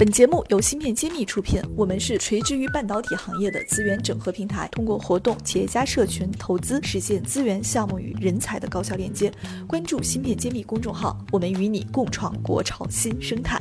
本节目由芯片揭秘出品，我们是垂直于半导体行业的资源整合平台，通过活动、企业家社群、投资，实现资源、项目与人才的高效链接。关注芯片揭秘公众号，我们与你共创国潮新生态。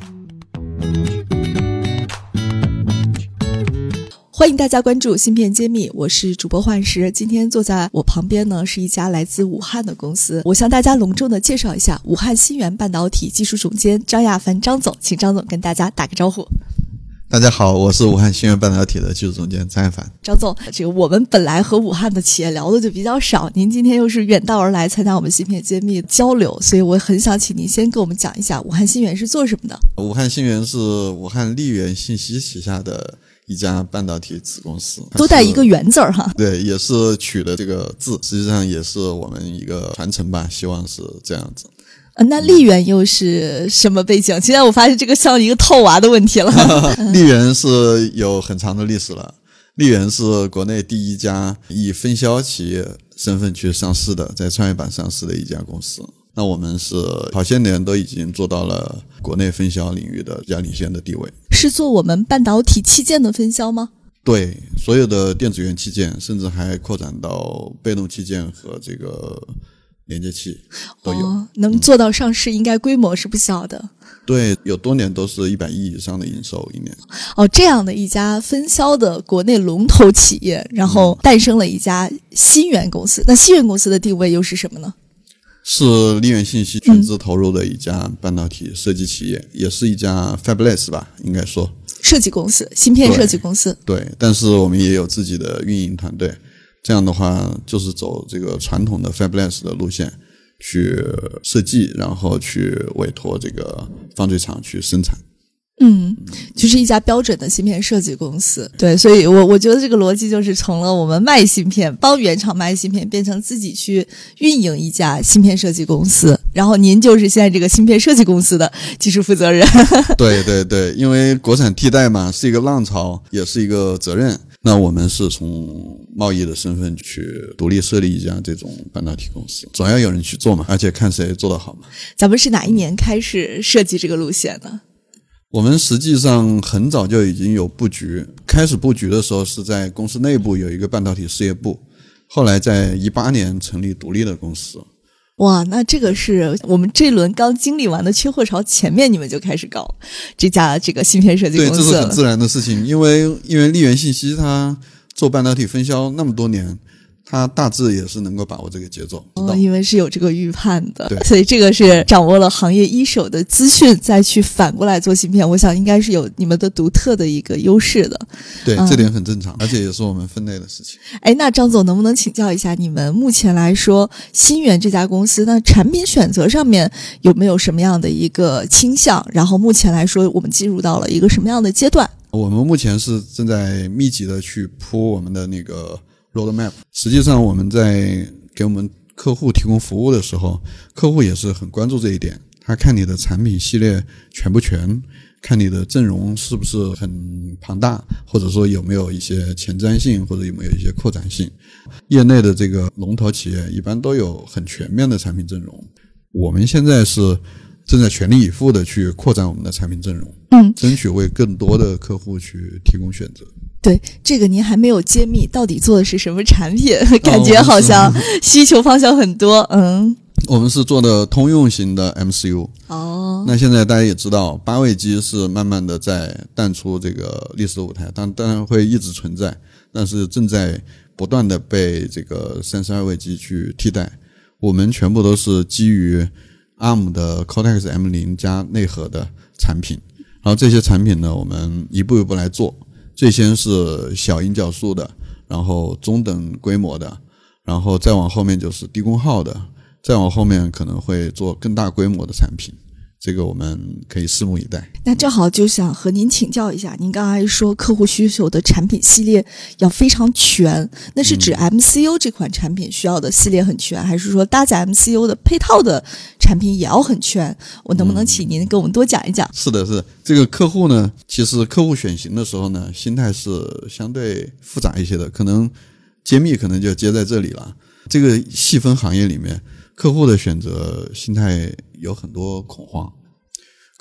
欢迎大家关注芯片揭秘，我是主播幻石。今天坐在我旁边呢，是一家来自武汉的公司。我向大家隆重的介绍一下武汉芯源半导体技术总监张亚凡张总，请张总跟大家打个招呼。 大家好，我是武汉芯源半导体的技术总监张亚凡。 张总，我们本来和武汉的企业聊的就比较少，您今天又是远道而来参加我们芯片揭秘交流，所以我很想请您先跟我们讲一下武汉芯源是做什么的。 武汉芯源是武汉力源信息旗下的一家半导体子公司， 都带一个源字儿哈。 对，也是取的这个字，实际上也是我们一个传承吧，希望是这样子。 那力源又是什么背景？现在我发现这个像一个套娃的问题了。 力源是有很长的历史了，力源是国内第一家以分销企业身份去上市的，在创业板上市的一家公司。那我们是好些年都已经做到了国内分销领域的比较领先的地位。 是做我们半导体器件的分销吗？ 对，所有的电子元器件，甚至还扩展到被动器件和这个连接器都有。 能做到上市应该规模是不小的。 对，有多年都是100亿以上的营收一年。 这样的一家分销的国内龙头企业，然后诞生了一家芯源公司。那芯源公司的定位又是什么呢？ 是力源信息全资投入的一家半导体设计企业，也是一家 Fabless 吧，应该说设计公司，芯片设计公司。 对，但是我们也有自己的运营团队，这样的话就是走这个传统的 Fabless 的路线去设计，然后去委托这个方锥厂去生产。 就是一家标准的芯片设计公司。对，所以我觉得这个逻辑就是从了我们卖芯片，帮原厂卖芯片，变成自己去运营一家芯片设计公司。然后您就是现在这个芯片设计公司的技术负责人。 对对对，因为国产替代嘛，是一个浪潮，也是一个责任。那我们是从贸易的身份去独立设立一家这种半导体公司，总要有人去做嘛，而且看谁做得好嘛。 咱们是哪一年开始设计这个路线呢？ 我们实际上很早就已经有布局，开始布局的时候是在公司内部有一个半导体事业部，后来在18年成立独立的公司。 哇，那这个是我们这轮刚经历完的缺货潮前面你们就开始搞这个芯片设计公司了。 对，这是很自然的事情，因为力源信息它做半导体分销那么多年，他大致也是能够把握这个节奏。 因为是有这个预判的， 对， 所以这个是掌握了行业一手的资讯，再去反过来做芯片，我想应该是有你们的独特的一个优势的。 对，这点很正常，而且也是我们分内的事情。 那张总能不能请教一下，你们目前来说芯源这家公司，那产品选择上面有没有什么样的一个倾向？然后目前来说我们进入到了一个什么样的阶段？ 我们目前是正在密集的去铺我们的那个roadmap。实际上我们在给我们客户提供服务的时候，客户也是很关注这一点，他看你的产品系列全不全，看你的阵容是不是很庞大，或者说有没有一些前瞻性，或者有没有一些扩展性。业内的这个龙头企业一般都有很全面的产品阵容，我们现在是正在全力以赴的去扩展我们的产品阵容，争取为更多的客户去提供选择。 对，这个您还没有揭秘到底做的是什么产品，感觉好像需求方向很多。 我们是做的通用型的 MCU。那现在大家也知道，8位机是慢慢的在淡出这个历史舞台，当然会一直存在，但是正在不断的被这个32位机去替代。我们全部都是基于 ARM 的 Cortex M0 加内核的产品，然后这些产品呢，我们一步一步来做。最先是小因角数的，然后中等规模的，然后再往后面就是低功耗的，再往后面可能会做更大规模的产品，这个我们可以拭目以待。 那正好就想和您请教一下，您刚才说客户需求的产品系列要非常全，那是指 MCU 这款产品需要的系列很全，还是说搭载 MCU 的配套的产品也要很全？我能不能请您跟我们多讲一讲？ 是的，这个客户呢，其实客户选型的时候呢，心态是相对复杂一些的，可能揭秘可能就接在这里了。这个细分行业里面，客户的选择心态有很多恐慌。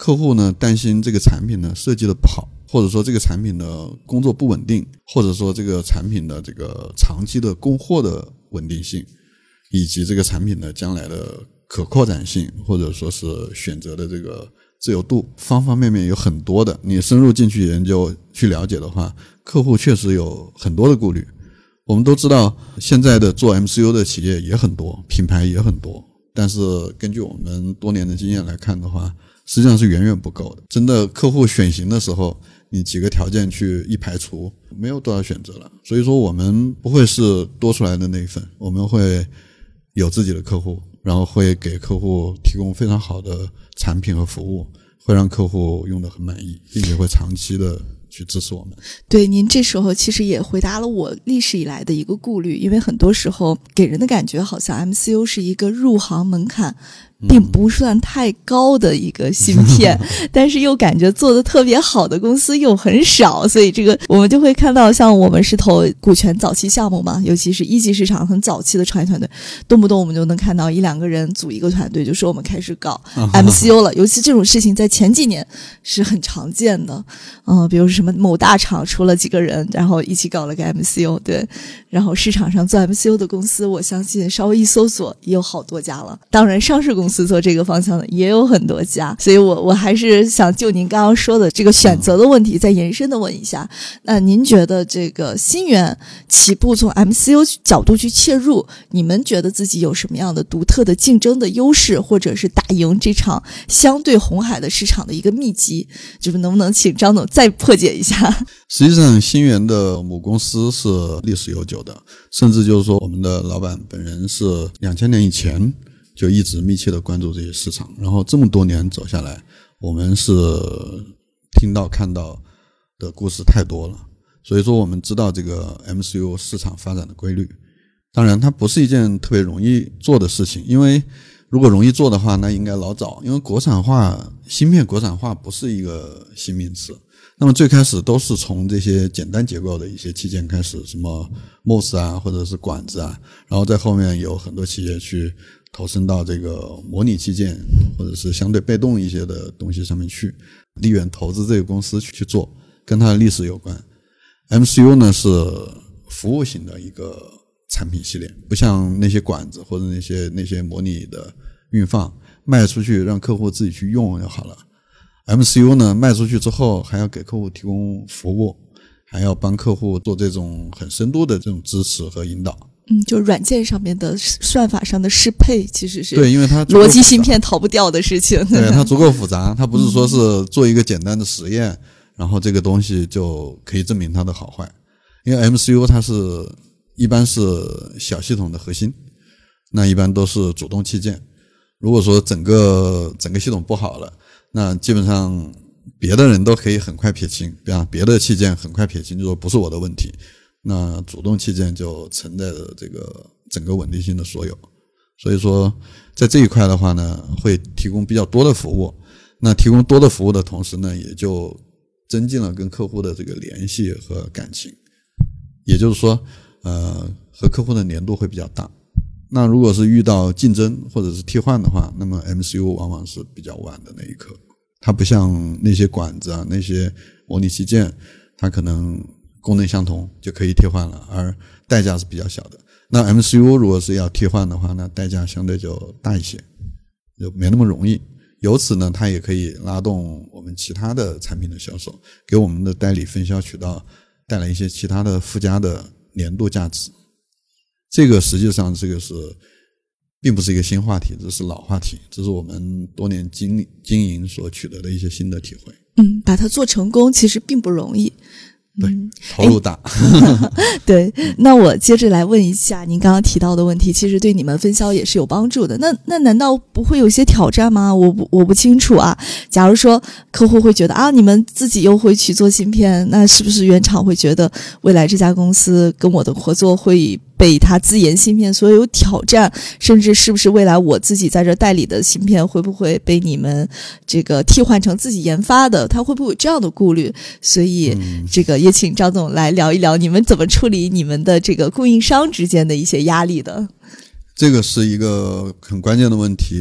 客户呢担心这个产品呢设计的不好，或者说这个产品的工作不稳定，或者说这个产品的这个长期的供货的稳定性，以及这个产品的将来的可扩展性，或者说是选择的这个自由度，方方面面有很多的，你深入进去研究去了解的话，客户确实有很多的顾虑。我们都知道现在的做 MCU 的企业也很多，品牌也很多，但是根据我们多年的经验来看的话，实际上是远远不够的。真的客户选型的时候，你几个条件去一排除，没有多少选择了。所以说我们不会是多出来的那一份，我们会有自己的客户，然后会给客户提供非常好的产品和服务，会让客户用得很满意，并且会长期的去支持我们。 对，您这时候其实也回答了我历史以来的一个顾虑，因为很多时候给人的感觉好像 MCU 是一个入行门槛并不算太高的一个芯片，但是又感觉做得特别好的公司又很少，所以这个我们就会看到，像我们是投股权早期项目嘛，尤其是一级市场很早期的创业团队，动不动我们就能看到1-2个人组一个团队，就说我们开始搞 MCU 了。尤其这种事情在前几年是很常见的，比如说什么某大厂出了几个人，然后一起搞了个 MCU， 对，然后市场上做 MCU 的公司，我相信稍微一搜索也有好多家了。当然，上市公司做这个方向的也有很多家，所以我还是想就您刚刚说的这个选择的问题再延伸的问一下，那您觉得这个新源起步从 MCU 角度去切入，你们觉得自己有什么样的独特的竞争的优势，或者是打赢这场相对红海的市场的一个秘籍，就是能不能请张总再破解一下？ 实际上新源的母公司是历史悠久的，甚至就是说我们的老板本人是2000年以前就一直密切的关注这些市场，然后这么多年走下来，我们是听到看到的故事太多了，所以说我们知道这个 MCU 市场发展的规律。当然它不是一件特别容易做的事情，因为如果容易做的话，那应该老早，因为国产化，芯片国产化不是一个新名词。那么最开始都是从这些简单结构的一些器件开始，什么 MOS 啊，或者是管子啊，然后在后面有很多企业去投身到这个模拟器件或者是相对被动一些的东西上面去，力远投资这个公司去做，跟它的历史有关。MCU 呢是服务型的一个产品系列，不像那些管子或者那些模拟的运放卖出去让客户自己去用就好了。MCU 呢卖出去之后还要给客户提供服务，还要帮客户做这种很深度的这种支持和引导。 就软件上面的算法上的适配其实是对，因为它逻辑芯片逃不掉的事情。 对，它足够复杂，它不是说是做一个简单的实验，然后这个东西就可以证明它的好坏。因为 MCU 它是一般是小系统的核心，那一般都是主动器件。如果说整个系统不好了，那基本上别的人都可以很快撇清，别的器件很快撇清，就说不是我的问题。那主动器件就承载着这个整个稳定性的所有。所以说在这一块的话呢，会提供比较多的服务。那提供多的服务的同时呢，也就增进了跟客户的这个联系和感情。也就是说和客户的粘度会比较大。那如果是遇到竞争或者是替换的话，那么 MCU 往往是比较晚的那一刻。它不像那些管子啊，那些模拟器件，它可能功能相同就可以替换了，而代价是比较小的。那 MCU 如果是要替换的话，那代价相对就大一些，就没那么容易。由此呢，它也可以拉动我们其他的产品的销售，给我们的代理分销渠道带来一些其他的附加的年度价值。这个实际上这个是并不是一个新话题，这是老话题，这是我们多年经营所取得的一些新的体会。 把它做成功其实并不容易。 对，投入大。 对，那我接着来问一下您刚刚提到的问题，其实对你们分销也是有帮助的。那难道不会有些挑战吗？我不清楚啊。假如说客户会觉得你们自己又会去做芯片，那是不是原厂会觉得未来这家公司跟我的合作会被他自研芯片所有挑战，甚至是不是未来我自己在这代理的芯片会不会被你们这个替换成自己研发的，他会不会有这样的顾虑？所以这个也请张总来聊一聊你们怎么处理你们的这个供应商之间的一些压力的。 这个是一个很关键的问题。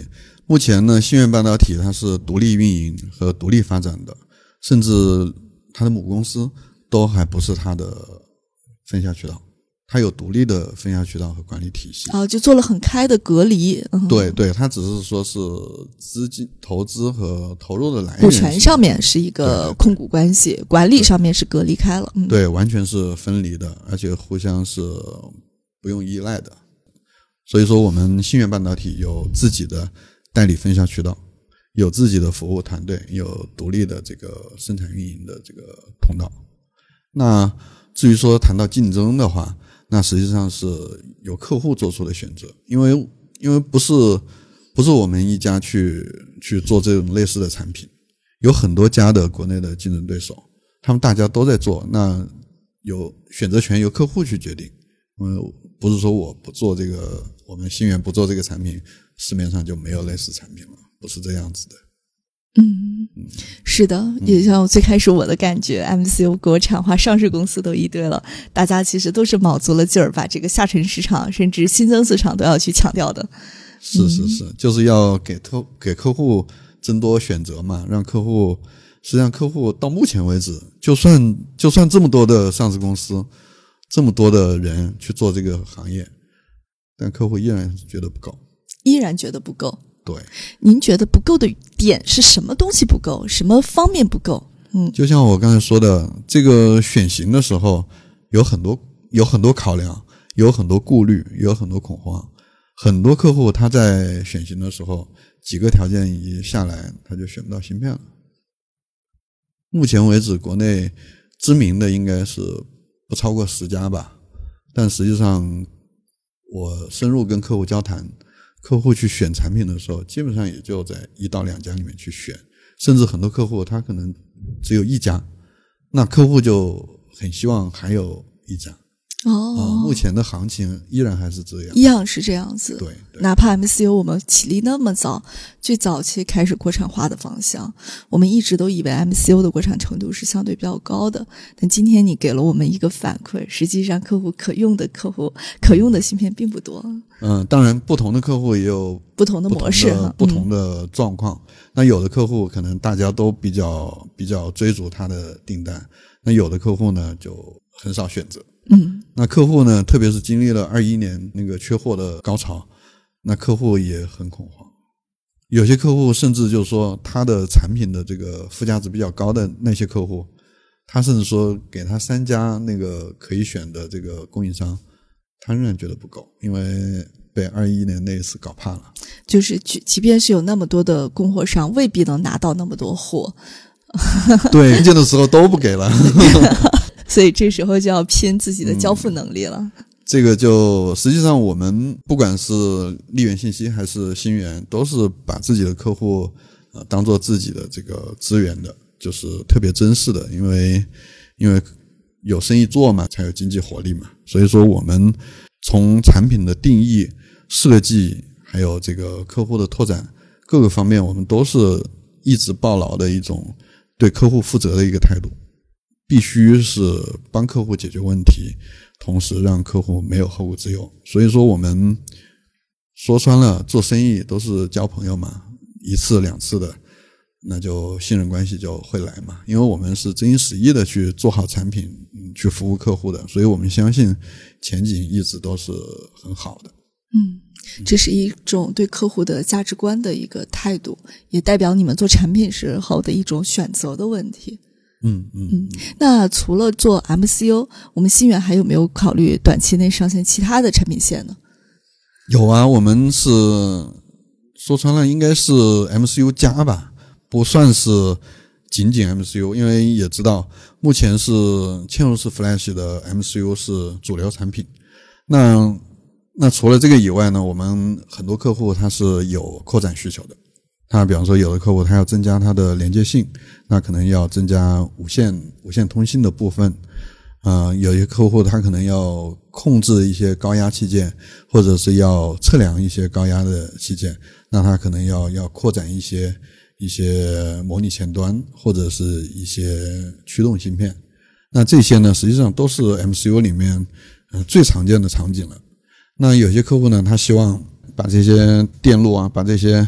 目前呢，星源半导体它是独立运营和独立发展的，甚至它的母公司都还不是它的分销渠道，它有独立的分销渠道和管理体系。 就做了很开的隔离。 对对，它只是说是资金投资和投入的来源， 股权上面是一个控股关系，对，管理上面是隔离开了。 对，完全是分离的，而且互相是不用依赖的。所以说我们星源半导体有自己的代理分销渠道，有自己的服务团队，有独立的这个生产运营的这个通道。那至于说谈到竞争的话，那实际上是由客户做出的选择，因为不是我们一家去做这种类似的产品，有很多家的国内的竞争对手，他们大家都在做，那有选择权由客户去决定。不是说我不做这个，我们星源不做这个产品，市面上就没有类似产品了，不是这样子的。 是的，也像最开始我的感觉， MCU 国产化上市公司都一堆了，大家其实都是卯足了劲儿，把这个下沉市场甚至新增市场都要去抢掉的。 是，就是要给客户增多选择嘛，让客户，实际上客户到目前为止，就算这么多的上市公司，这么多的人去做这个行业，但客户依然觉得不够。对， 您觉得不够的点是什么东西不够，什么方面不够？ 就像我刚才说的，这个选型的时候有很多考量，有很多顾虑，有很多恐慌。很多客户他在选型的时候，几个条件一下来，他就选不到芯片了。目前为止，国内知名的应该是不超过10家吧，但实际上我深入跟客户交谈，客户去选产品的时候，基本上也就在1到2家里面去选，甚至很多客户他可能只有1家，那客户就很希望还有1家。目前的行情依然还是这样， 一样是这样子。 对， 哪怕 MCU 我们起立那么早，最早期开始国产化的方向，我们一直都以为 MCU 的国产程度是相对比较高的，但今天你给了我们一个反馈，实际上客户可用的芯片并不多。 当然不同的客户也有不同的模式， 不同的状况。那有的客户可能大家都比较追逐他的订单，那有的客户呢就很少选择。那客户呢，特别是经历了21年那个缺货的高潮，那客户也很恐慌。有些客户甚至就是说他的产品的这个附加值比较高的那些客户，他甚至说给他3家那个可以选的这个供应商，他仍然觉得不够，因为被21年那一次搞怕了。 就是即便是有那么多的供货商，未必能拿到那么多货。 对，关键的时候都不给了。 所以这时候就要拼自己的交付能力了。 这个就实际上我们不管是利源信息还是星源，都是把自己的客户当做自己的这个资源的，就是特别珍视的，因为有生意做嘛，才有经济活力嘛。所以说我们从产品的定义、设计，还有这个客户的拓展各个方面，我们都是一直抱牢的一种对客户负责的一个态度。必须是帮客户解决问题，同时让客户没有后顾之忧。所以说我们说穿了，做生意都是交朋友嘛，1次2次的，那就信任关系就会来嘛。因为我们是真心实意的去做好产品，去服务客户的，所以我们相信前景一直都是很好的。 这是一种对客户的价值观的一个态度，也代表你们做产品时候的一种选择的问题。那除了做 MCU， 我们星源还有没有考虑短期内上线其他的产品线呢？ 有啊，我们是说穿了应该是 MCU 加吧，不算是仅仅 MCU， 因为也知道目前是嵌入式 Flash 的 MCU 是主流产品。那除了这个以外呢，我们很多客户他是有扩展需求的。他比方说有的客户他要增加他的连接性，那可能要增加无线通信的部分。有些客户他可能要控制一些高压器件，或者是要测量一些高压的器件，那他可能要扩展一些模拟前端或者是一些驱动芯片。那这些呢实际上都是 MCU 里面最常见的场景了。那有些客户呢他希望把这些电路把这些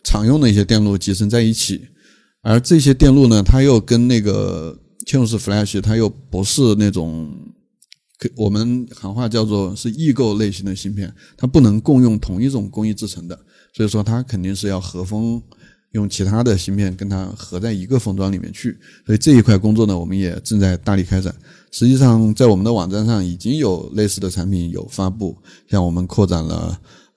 常用的一些电路集成在一起，而这些电路呢，它又跟那个嵌入式 Flash 它又不是那种我们行话叫做是异构类型的芯片，它不能共用同一种工艺制成的，所以说它肯定是要合封，用其他的芯片跟它合在一个封装里面去。所以这一块工作呢，我们也正在大力开展。实际上在我们的网站上已经有类似的产品有发布，像我们扩展了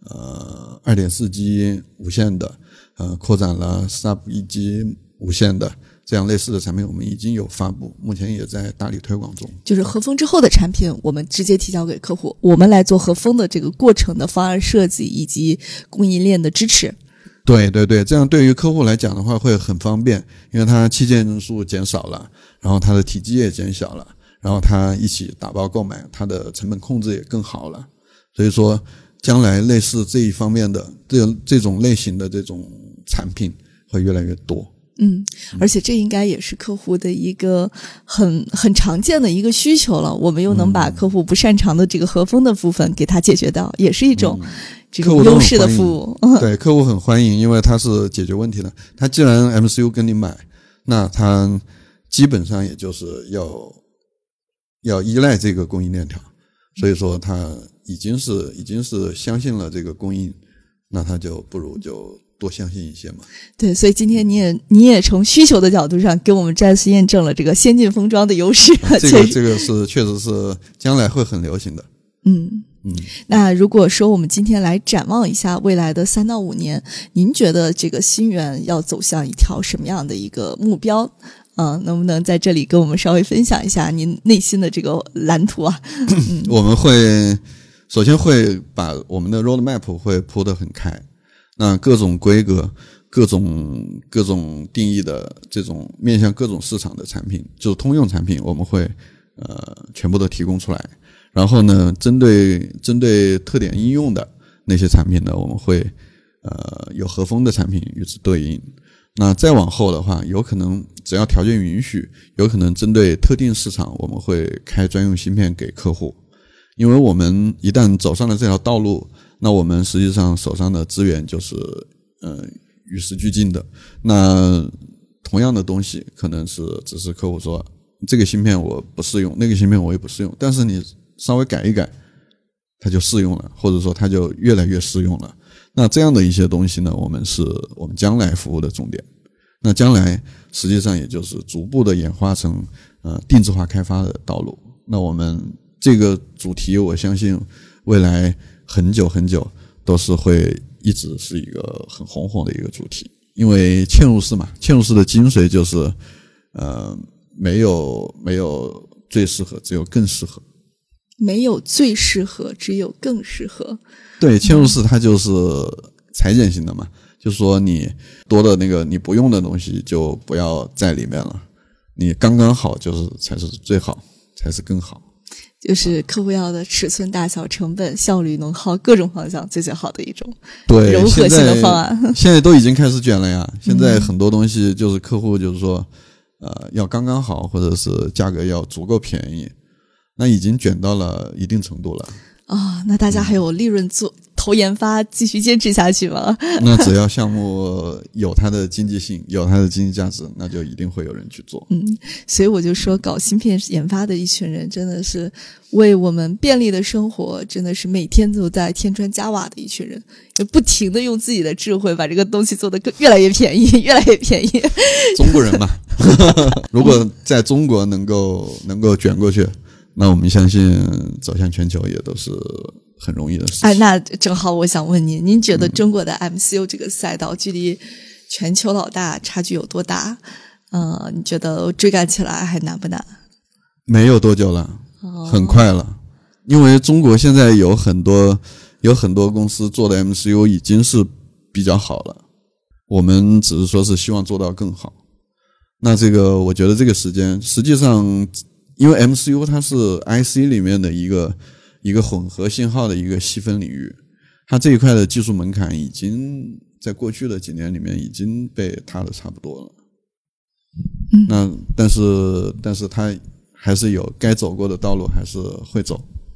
2.4G 无线的，扩展了 Sub-1G 无线的，这样类似的产品我们已经有发布，目前也在大力推广中。 就是合封之后的产品我们直接提交给客户，我们来做合封的这个过程的方案设计以及供应链的支持。 对对对，这样对于客户来讲的话会很方便，因为它器件数减少了，然后它的体积也减小了，然后它一起打包购买，它的成本控制也更好了。所以说将来类似这一方面的这种类型的这种产品会越来越多。 而且这应该也是客户的一个很常见的一个需求了，我们又能把客户不擅长的这个合封的部分给他解决到，也是一种这种优势的服务。 对，客户很欢迎，因为它是解决问题的。他既然 MCU 跟你买，那他基本上也就是要依赖这个供应链条，所以说他已经是相信了这个供应，那他就不如就多相信一些嘛。 对，所以今天你也从需求的角度上给我们再次验证了这个先进封装的优势。 这个是确实是将来会很流行的。 那如果说我们今天来展望一下未来的3到5年，您觉得这个新源要走向一条什么样的一个目标？能不能在这里跟我们稍微分享一下您内心的这个蓝图啊？ 我们首先会把我们的 roadmap 会铺得很开，那各种规格、各种定义的这种面向各种市场的产品，就是通用产品，我们会全部都提供出来。然后呢，针对特点应用的那些产品呢，我们会有合封的产品与之对应。那再往后的话，有可能只要条件允许，有可能针对特定市场，我们会开专用芯片给客户。因为我们一旦走上了这条道路，那我们实际上手上的资源就是与时俱进的。那同样的东西，可能是只是客户说这个芯片我不适用，那个芯片我也不适用，但是你稍微改一改，它就适用了，或者说它就越来越适用了。那这样的一些东西呢，我们将来服务的重点。那将来实际上也就是逐步的演化成定制化开发的道路。那我们这个主题，我相信未来很久很久都是会一直是一个很红火的一个主题。因为嵌入式嘛，嵌入式的精髓就是没有最适合，只有更适合。 没有最适合，只有更适合。 对，嵌入式它就是裁剪型的嘛，就是说你多的那个你不用的东西就不要在里面了，你刚刚好才是最好，才是更好。 就是客户要的尺寸大小、成本、效率、能耗各种方向最好的一种对融合性的方案。 现在都已经开始卷了呀，现在很多东西就是客户就是说要刚刚好，或者是价格要足够便宜，那已经卷到了一定程度了。 那大家还有利润投研发继续坚持下去吗？ 那只要项目有它的经济性，有它的经济价值，那就一定会有人去做。 所以我就说搞芯片研发的一群人真的是为我们便利的生活真的是每天都在添砖加瓦的一群人，就不停的用自己的智慧把这个东西做得越来越便宜，越来越便宜。 中国人嘛如果在中国能够卷过去，那我们相信走向全球也都是很容易的事情。 那正好我想问您觉得中国的 MCU 这个赛道距离全球老大差距有多大？你觉得追赶起来还难不难？ 没有多久了，很快了。因为中国现在有很多公司做的 MCU 已经是比较好了，我们只是说是希望做到更好。那这个我觉得这个时间实际上因为 MCU 它是 IC 里面的一个混合信号的一个细分领域，它这一块的技术门槛已经在过去的几年里面已经被踏得差不多了。那但是它还是有该走过的道路还是会走。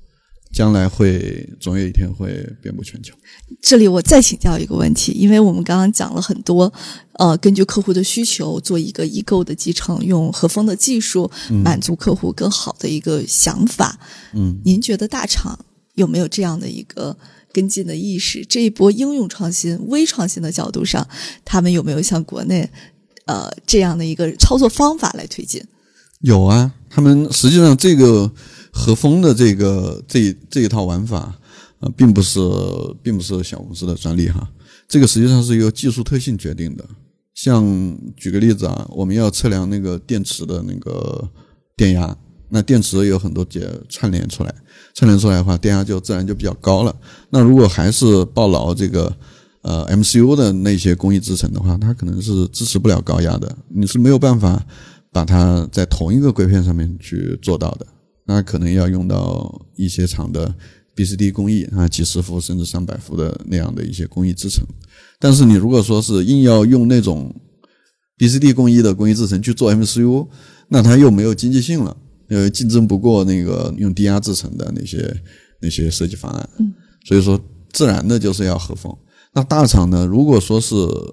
将来总有一天会遍布全球。 这里我再请教一个问题，因为我们刚刚讲了很多根据客户的需求做一个异构的集成，用和风的技术满足客户更好的一个想法。您觉得大厂有没有这样的一个跟进的意识？这一波应用创新、微创新的角度上，他们有没有像国内这样的一个操作方法来推进？ 有啊，他们实际上这个和风的这一套玩法并不是小公司的专利哈，这个实际上是由技术特性决定的。像举个例子啊，我们要测量那个电池的那个电压，那电池有很多节串联出来的话，电压自然就比较高了。那如果还是抱牢这个MCU 的那些工艺制成的话，它可能是支持不了高压的，你是没有办法把它在同一个硅片上面去做到的。那可能要用到一些厂的 BCD 工艺啊，几十伏甚至300伏的那样的一些工艺制成。但是你如果说是硬要用那种 BCD 工艺的工艺制成去做 MCU， 那它又没有经济性了，竞争不过那个用低压制成的那些设计方案。所以说自然的就是要和风。那大厂呢，如果说是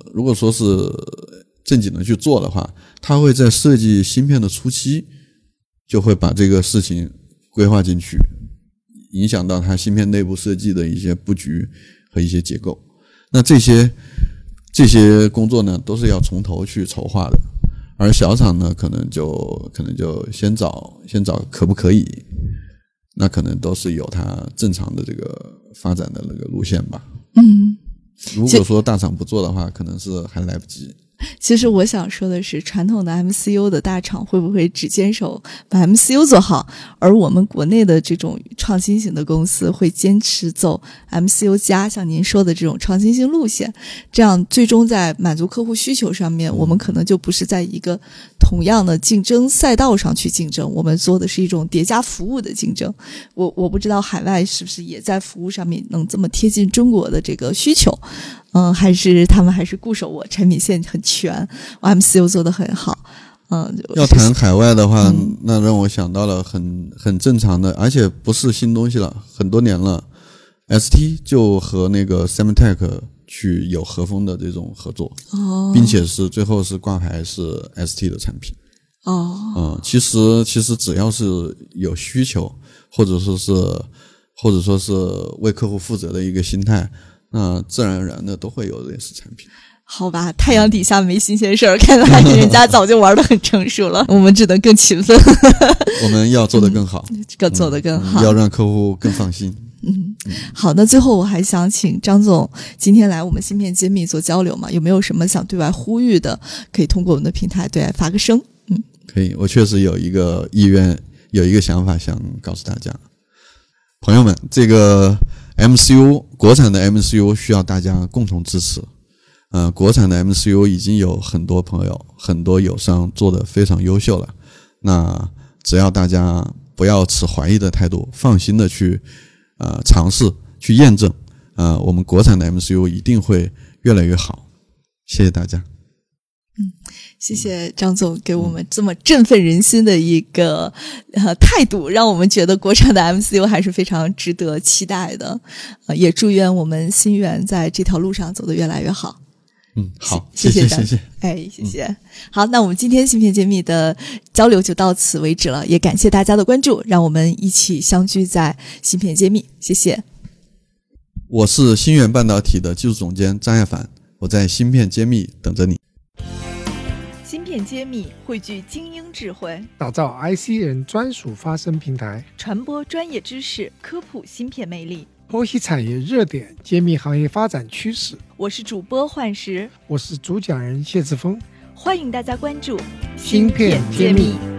正经的去做的话，它会在设计芯片的初期就会把这个事情规划进去，影响到它芯片内部设计的一些布局和一些结构。那这些工作呢，都是要从头去筹划的。而小厂呢，可能就先找可不可以，那可能都是有它正常的这个发展的那个路线吧。如果说大厂不做的话，可能是还来不及。 其实我想说的是，传统的 MCU 的大厂会不会只坚守把 MCU 做好，而我们国内的这种创新型的公司会坚持走 MCU 加像您说的这种创新性路线，这样最终在满足客户需求上面，我们可能就不是在一个同样的竞争赛道上去竞争，我们做的是一种叠加服务的竞争。我不知道海外是不是也在服务上面能这么贴近中国的这个需求，还是他们还是固守我产品线很全，我 MCU 做得很好。 要谈海外的话，那让我想到了很正常的，而且不是新东西了，很多年了。ST 就和那个 Semtech 去有和风的这种合作，并且是最后是挂牌是 ST 的产品。其实只要是有需求，或者说是为客户负责的一个心态，那自然而然的都会有类似产品。 好吧，太阳底下没新鲜事儿，看来人家早就玩得很成熟了，我们只能更勤奋。 我们要做得更好， 做得更好， 要让客户更放心。 好，那最后我还想请张总今天来我们芯片揭秘做交流嘛，有没有什么想对外呼吁的，可以通过我们的平台对外发个声。 可以，我确实有一个意愿，有一个想法想告诉大家，朋友们，这个 MCU 国产的 MCU 需要大家共同支持。国产的 MCU 已经有很多朋友、很多友商做得非常优秀了。那只要大家不要持怀疑的态度，放心的去尝试、去验证，我们国产的 MCU 一定会越来越好。谢谢大家。 谢谢张总给我们这么振奋人心的一个态度，让我们觉得国产的 MCU 还是非常值得期待的。也祝愿我们芯源在这条路上走得越来越好。 好， 谢谢。谢谢。好，那我们今天芯片揭秘的交流就到此为止了，也感谢大家的关注，让我们一起相聚在芯片揭秘。谢谢。 我是芯源半导体的技术总监张亚凡，我在芯片揭秘等着你。 芯片揭秘汇聚精英智慧， 打造 IC 人专属发声平台， 传播专业知识，科普芯片魅力， 剖析产业热点，揭秘行业发展趋势。 我是主播幻石， 我是主讲人谢志峰， 欢迎大家关注芯片揭秘。